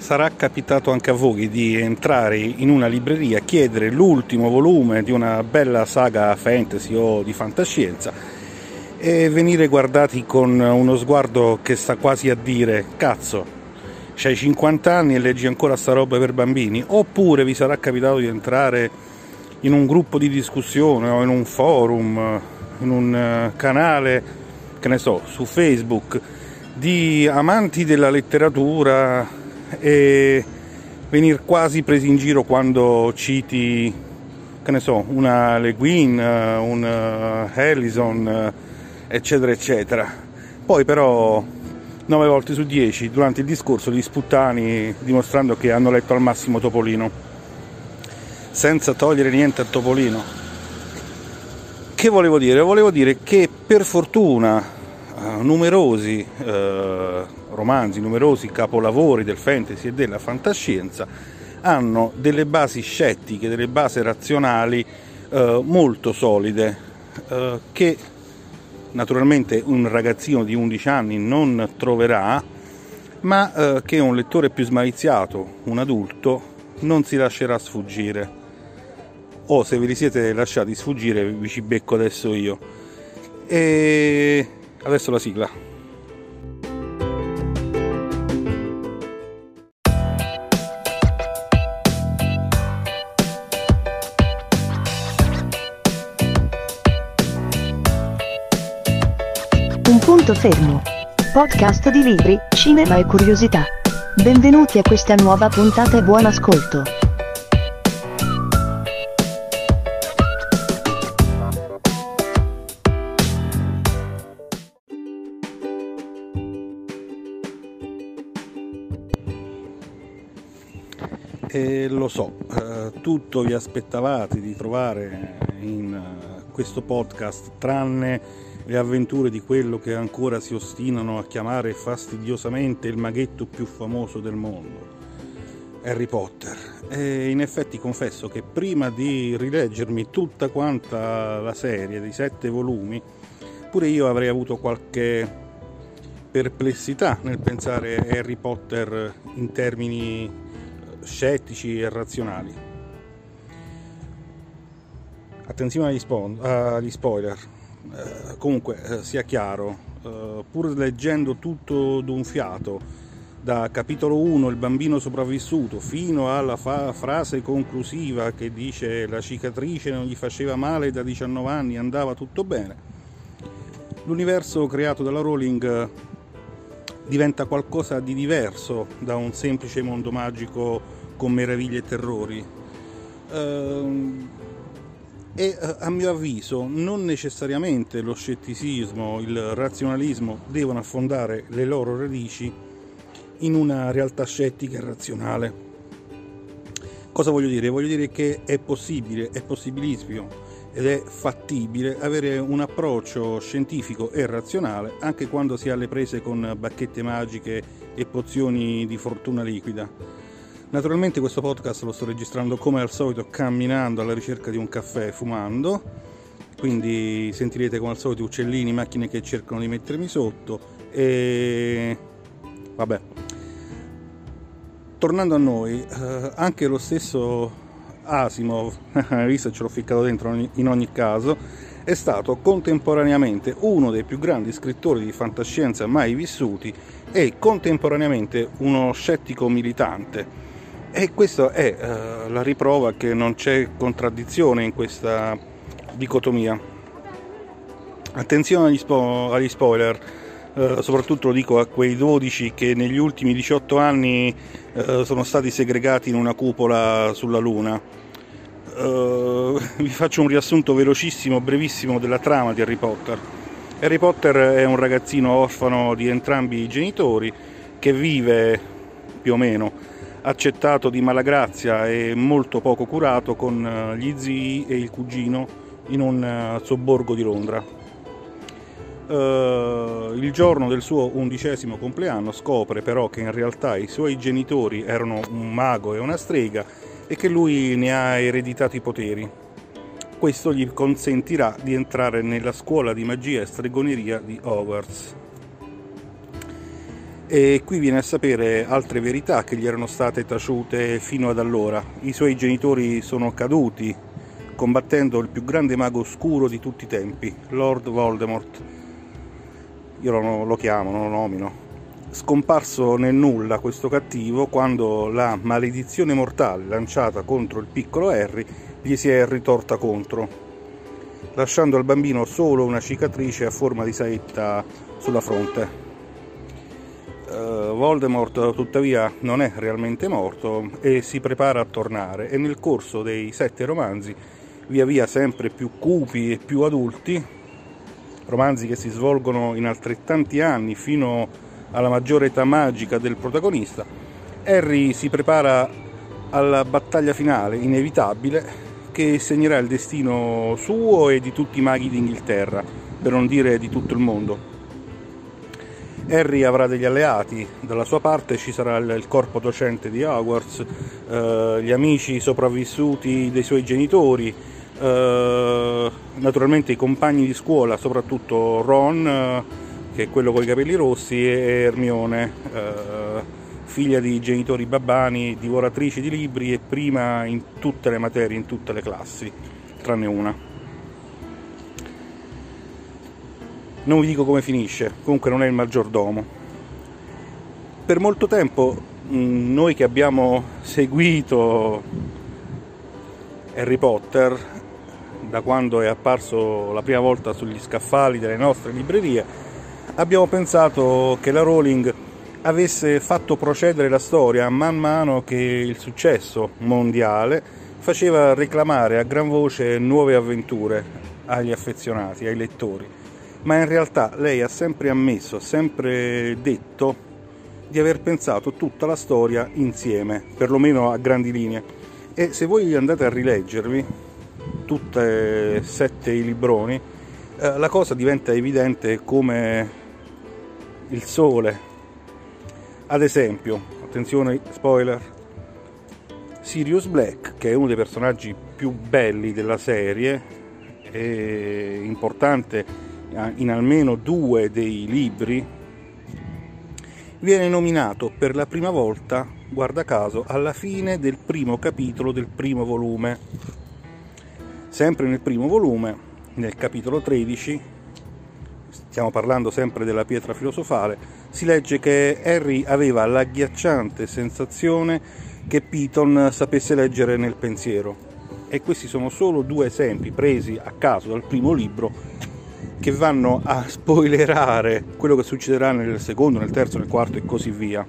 sarà capitato anche a voi di entrare in una libreria, chiedere l'ultimo volume di una bella saga fantasy o di fantascienza e venire guardati con uno sguardo che sta quasi a dire: cazzo, c'hai 50 anni e leggi ancora sta roba per bambini? Oppure vi sarà capitato di entrare in un gruppo di discussione o in un forum, in un canale, che ne so, su Facebook, di amanti della letteratura e venir quasi presi in giro quando citi, che ne so, una Le Guin, un Ellison, eccetera eccetera. Poi però 9 volte su 10 durante il discorso li sputtani dimostrando che hanno letto al massimo Topolino, senza togliere niente a Topolino. Che volevo dire? Volevo dire che per fortuna numerosi romanzi, numerosi capolavori del fantasy e della fantascienza hanno delle basi scettiche, delle basi razionali molto solide, che naturalmente un ragazzino di 11 anni non troverà, ma che un lettore più smaliziato, un adulto, non si lascerà sfuggire. O se ve li siete lasciati sfuggire vi ci becco adesso io. E adesso la sigla. Un punto fermo. Podcast di libri, cinema e curiosità. Benvenuti a questa nuova puntata e buon ascolto. E lo so, tutto vi aspettavate di trovare in questo podcast, tranne le avventure di quello che ancora si ostinano a chiamare fastidiosamente il maghetto più famoso del mondo, Harry Potter. E in effetti confesso che prima di rileggermi tutta quanta la serie dei 7 volumi, pure io avrei avuto qualche perplessità nel pensare a Harry Potter in termini scettici e razionali. Attenzione agli spoiler. Comunque sia chiaro, pur leggendo tutto d'un fiato, da capitolo 1 il bambino sopravvissuto fino alla frase conclusiva che dice la cicatrice non gli faceva male, da 19 anni andava tutto bene, l'universo creato dalla Rowling diventa qualcosa di diverso da un semplice mondo magico con meraviglie e terrori. E a mio avviso non necessariamente lo scetticismo, il razionalismo devono affondare le loro radici in una realtà scettica e razionale. Cosa voglio dire? Voglio dire che è possibile, è possibilissimo ed è fattibile avere un approccio scientifico e razionale anche quando si ha le prese con bacchette magiche e pozioni di fortuna liquida. Naturalmente questo podcast lo sto registrando come al solito camminando alla ricerca di un caffè, fumando, quindi sentirete come al solito uccellini, macchine che cercano di mettermi sotto e vabbè. Tornando a noi, anche lo stesso Asimov, visto che ce l'ho ficcato dentro in ogni caso, è stato contemporaneamente uno dei più grandi scrittori di fantascienza mai vissuti e contemporaneamente uno scettico militante. E questa è la riprova che non c'è contraddizione in questa dicotomia. Attenzione agli spoiler, soprattutto lo dico a quei 12 che negli ultimi 18 anni sono stati segregati in una cupola sulla Luna. Vi faccio un riassunto velocissimo, brevissimo della trama di Harry Potter. Harry Potter è un ragazzino orfano di entrambi i genitori che vive più o meno accettato di malagrazia e molto poco curato con gli zii e il cugino in un sobborgo di Londra. Il giorno del suo 11° compleanno scopre però che in realtà i suoi genitori erano un mago e una strega e che lui ne ha ereditato i poteri. Questo gli consentirà di entrare nella scuola di magia e stregoneria di Hogwarts. e qui viene a sapere altre verità che gli erano state taciute fino ad allora. I suoi genitori sono caduti combattendo il più grande mago oscuro di tutti i tempi, Lord Voldemort. Io lo chiamo, non lo nomino. Scomparso nel nulla questo cattivo quando la maledizione mortale lanciata contro il piccolo Harry gli si è ritorta contro, lasciando al bambino solo una cicatrice a forma di saetta sulla fronte. Voldemort tuttavia non è realmente morto e si prepara a tornare, e nel corso dei 7 romanzi, via via sempre più cupi e più adulti, romanzi che si svolgono in altrettanti anni fino alla maggiore età magica del protagonista, Harry si prepara alla battaglia finale inevitabile che segnerà il destino suo e di tutti i maghi d'Inghilterra, per non dire di tutto il mondo. Harry avrà degli alleati, dalla sua parte ci sarà il corpo docente di Hogwarts, gli amici sopravvissuti dei suoi genitori, naturalmente i compagni di scuola, soprattutto Ron, che è quello con i capelli rossi, e Hermione, figlia di genitori babbani, divoratrici di libri e prima in tutte le materie, in tutte le classi, tranne una. Non vi dico come finisce, comunque non è il maggiordomo. Per molto tempo noi che abbiamo seguito Harry Potter, da quando è apparso la prima volta sugli scaffali delle nostre librerie, abbiamo pensato che la Rowling avesse fatto procedere la storia man mano che il successo mondiale faceva reclamare a gran voce nuove avventure agli affezionati, ai lettori. Ma in realtà lei ha sempre ammesso, ha sempre detto di aver pensato tutta la storia insieme, perlomeno a grandi linee. E se voi andate a rileggervi tutte 7 i libroni, la cosa diventa evidente come il sole. Ad esempio, attenzione, spoiler, Sirius Black, che è uno dei personaggi più belli della serie e importante in almeno 2 dei libri, viene nominato per la prima volta, guarda caso, alla fine del primo capitolo del primo volume. Sempre nel primo volume, nel capitolo 13, stiamo parlando sempre della pietra filosofale, si legge che Harry aveva l'agghiacciante sensazione che Piton sapesse leggere nel pensiero. E questi sono solo 2 esempi presi a caso dal primo libro, che vanno a spoilerare quello che succederà nel secondo, nel terzo, nel quarto e così via.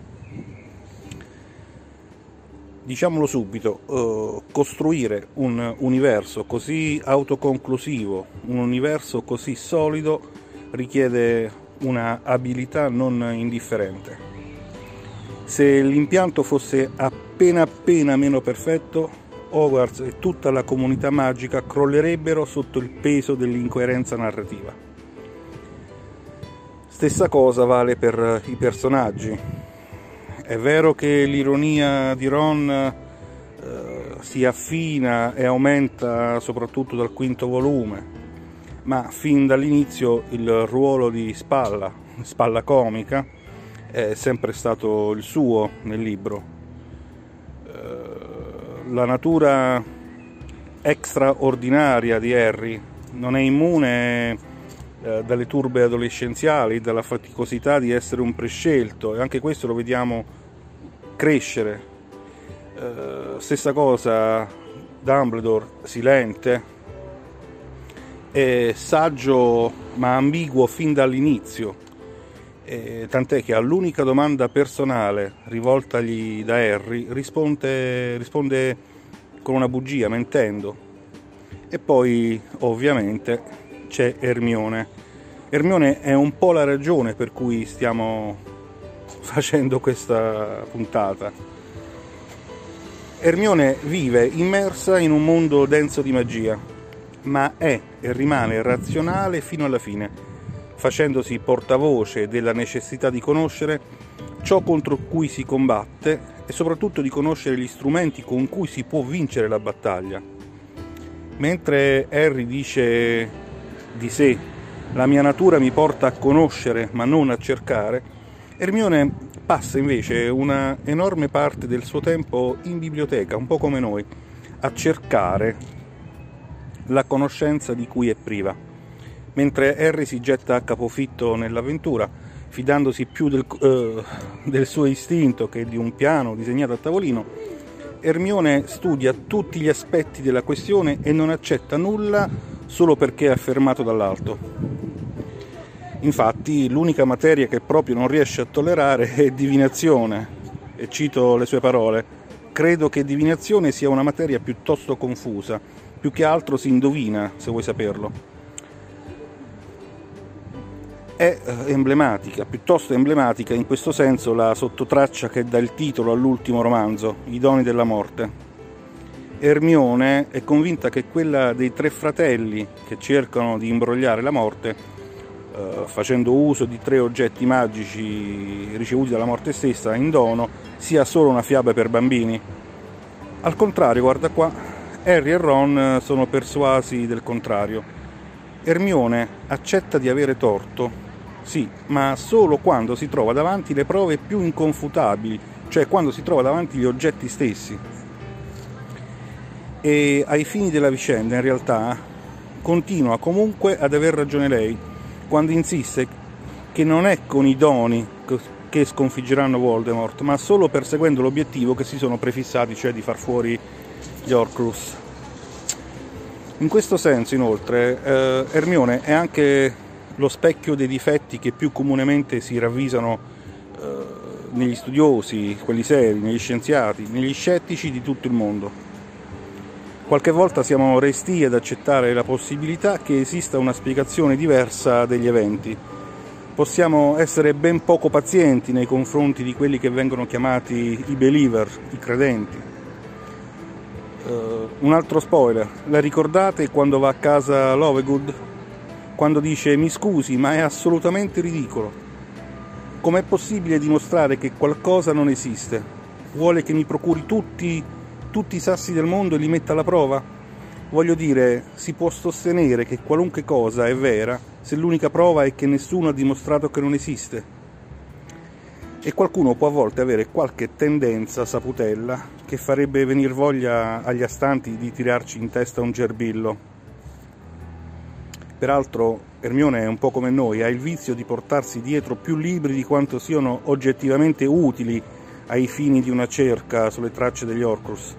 Diciamolo subito, costruire un universo così autoconclusivo, un universo così solido, richiede una abilità non indifferente. Se l'impianto fosse appena meno perfetto, Hogwarts e tutta la comunità magica crollerebbero sotto il peso dell'incoerenza narrativa. Stessa cosa vale per i personaggi. È vero che l'ironia di Ron si affina e aumenta soprattutto dal quinto volume, ma fin dall'inizio il ruolo di spalla comica, è sempre stato il suo nel libro. La natura extraordinaria di Harry non è immune dalle turbe adolescenziali, dalla faticosità di essere un prescelto, e anche questo lo vediamo crescere. Stessa cosa Dumbledore, silente e saggio ma ambiguo fin dall'inizio, tant'è che all'unica domanda personale rivoltagli da Harry risponde con una bugia, mentendo. E poi ovviamente c'è Hermione. Hermione è un po' la ragione per cui stiamo facendo questa puntata. Hermione vive immersa in un mondo denso di magia, ma è e rimane razionale fino alla fine, facendosi portavoce della necessità di conoscere ciò contro cui si combatte e soprattutto di conoscere gli strumenti con cui si può vincere la battaglia. Mentre Harry dice di sé: la mia natura mi porta a conoscere ma non a cercare, Hermione passa invece una enorme parte del suo tempo in biblioteca, un po' come noi, a cercare la conoscenza di cui è priva, mentre Harry si getta a capofitto nell'avventura, fidandosi più del suo istinto che di un piano disegnato a tavolino. Hermione studia tutti gli aspetti della questione e non accetta nulla solo perché è affermato dall'alto. Infatti, l'unica materia che proprio non riesce a tollerare è divinazione, e cito le sue parole: credo che divinazione sia una materia piuttosto confusa, più che altro si indovina, se vuoi saperlo. È emblematica, piuttosto emblematica in questo senso la sottotraccia che dà il titolo all'ultimo romanzo, I doni della morte. Hermione è convinta che quella dei 3 fratelli che cercano di imbrogliare la morte, facendo uso di 3 oggetti magici ricevuti dalla morte stessa in dono, sia solo una fiaba per bambini. Al contrario, guarda qua, Harry e Ron sono persuasi del contrario. Hermione accetta di avere torto, sì, ma solo quando si trova davanti le prove più inconfutabili, cioè quando si trova davanti gli oggetti stessi. E ai fini della vicenda, in realtà, continua comunque ad aver ragione lei, quando insiste che non è con i doni che sconfiggeranno Voldemort, ma solo perseguendo l'obiettivo che si sono prefissati, cioè di far fuori gli Horcrux. In questo senso, inoltre, Hermione è anche lo specchio dei difetti che più comunemente si ravvisano negli studiosi, quelli seri, negli scienziati, negli scettici di tutto il mondo. Qualche volta siamo restii ad accettare la possibilità che esista una spiegazione diversa degli eventi. Possiamo essere ben poco pazienti nei confronti di quelli che vengono chiamati i believer, i credenti. Un altro spoiler: la ricordate quando va a casa Lovegood? Quando dice: mi scusi, ma è assolutamente ridicolo. Com'è possibile dimostrare che qualcosa non esiste? Vuole che mi procuri tutti i sassi del mondo e li metta alla prova? Voglio dire, si può sostenere che qualunque cosa è vera se l'unica prova è che nessuno ha dimostrato che non esiste. E qualcuno può a volte avere qualche tendenza saputella che farebbe venir voglia agli astanti di tirarci in testa un gerbillo. Peraltro Hermione è un po' come noi, ha il vizio di portarsi dietro più libri di quanto siano oggettivamente utili ai fini di una cerca sulle tracce degli Horcrux.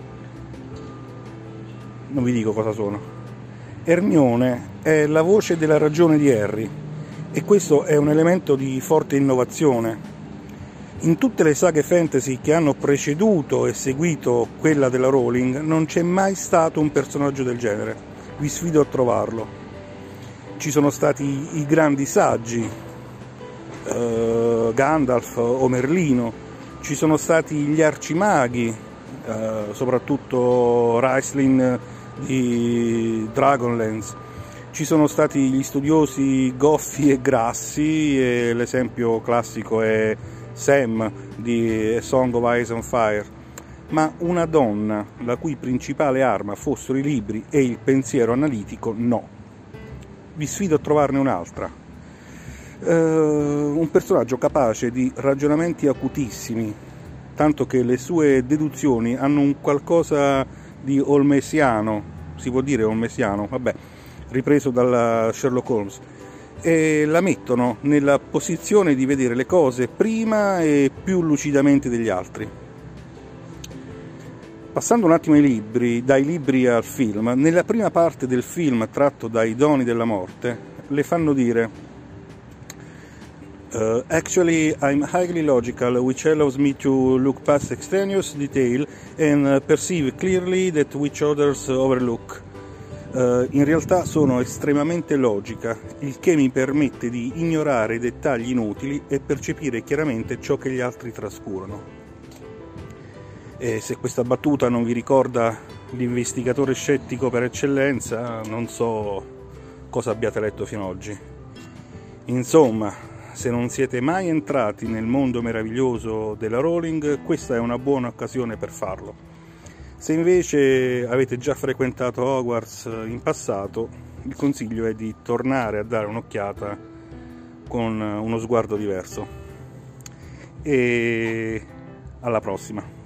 Non vi dico cosa sono. Hermione è la voce della ragione di Harry, e questo è un elemento di forte innovazione. In tutte le saghe fantasy che hanno preceduto e seguito quella della Rowling non c'è mai stato un personaggio del genere. Vi sfido a trovarlo. Ci sono stati i grandi saggi, Gandalf o Merlino, ci sono stati gli arcimaghi, soprattutto Raistlin di Dragonlance, ci sono stati gli studiosi goffi e grassi, e l'esempio classico è Sam di A Song of Ice and Fire. Ma una donna la cui principale arma fossero i libri e il pensiero analitico, no. Vi sfido a trovarne un'altra. Un personaggio capace di ragionamenti acutissimi, tanto che le sue deduzioni hanno un qualcosa di olmesiano, si può dire olmesiano, vabbè, ripreso dalla Sherlock Holmes, e la mettono nella posizione di vedere le cose prima e più lucidamente degli altri. Passando un attimo dai libri al film, nella prima parte del film tratto dai Doni della Morte le fanno dire: actually, I'm highly logical, which allows me to look past extraneous detail and perceive clearly that which others overlook. In realtà sono estremamente logica, il che mi permette di ignorare i dettagli inutili e percepire chiaramente ciò che gli altri trascurano. E se questa battuta non vi ricorda l'investigatore scettico per eccellenza, non so cosa abbiate letto fino ad oggi. Insomma, se non siete mai entrati nel mondo meraviglioso della Rowling, questa è una buona occasione per farlo. Se invece avete già frequentato Hogwarts in passato, il consiglio è di tornare a dare un'occhiata con uno sguardo diverso. e alla prossima.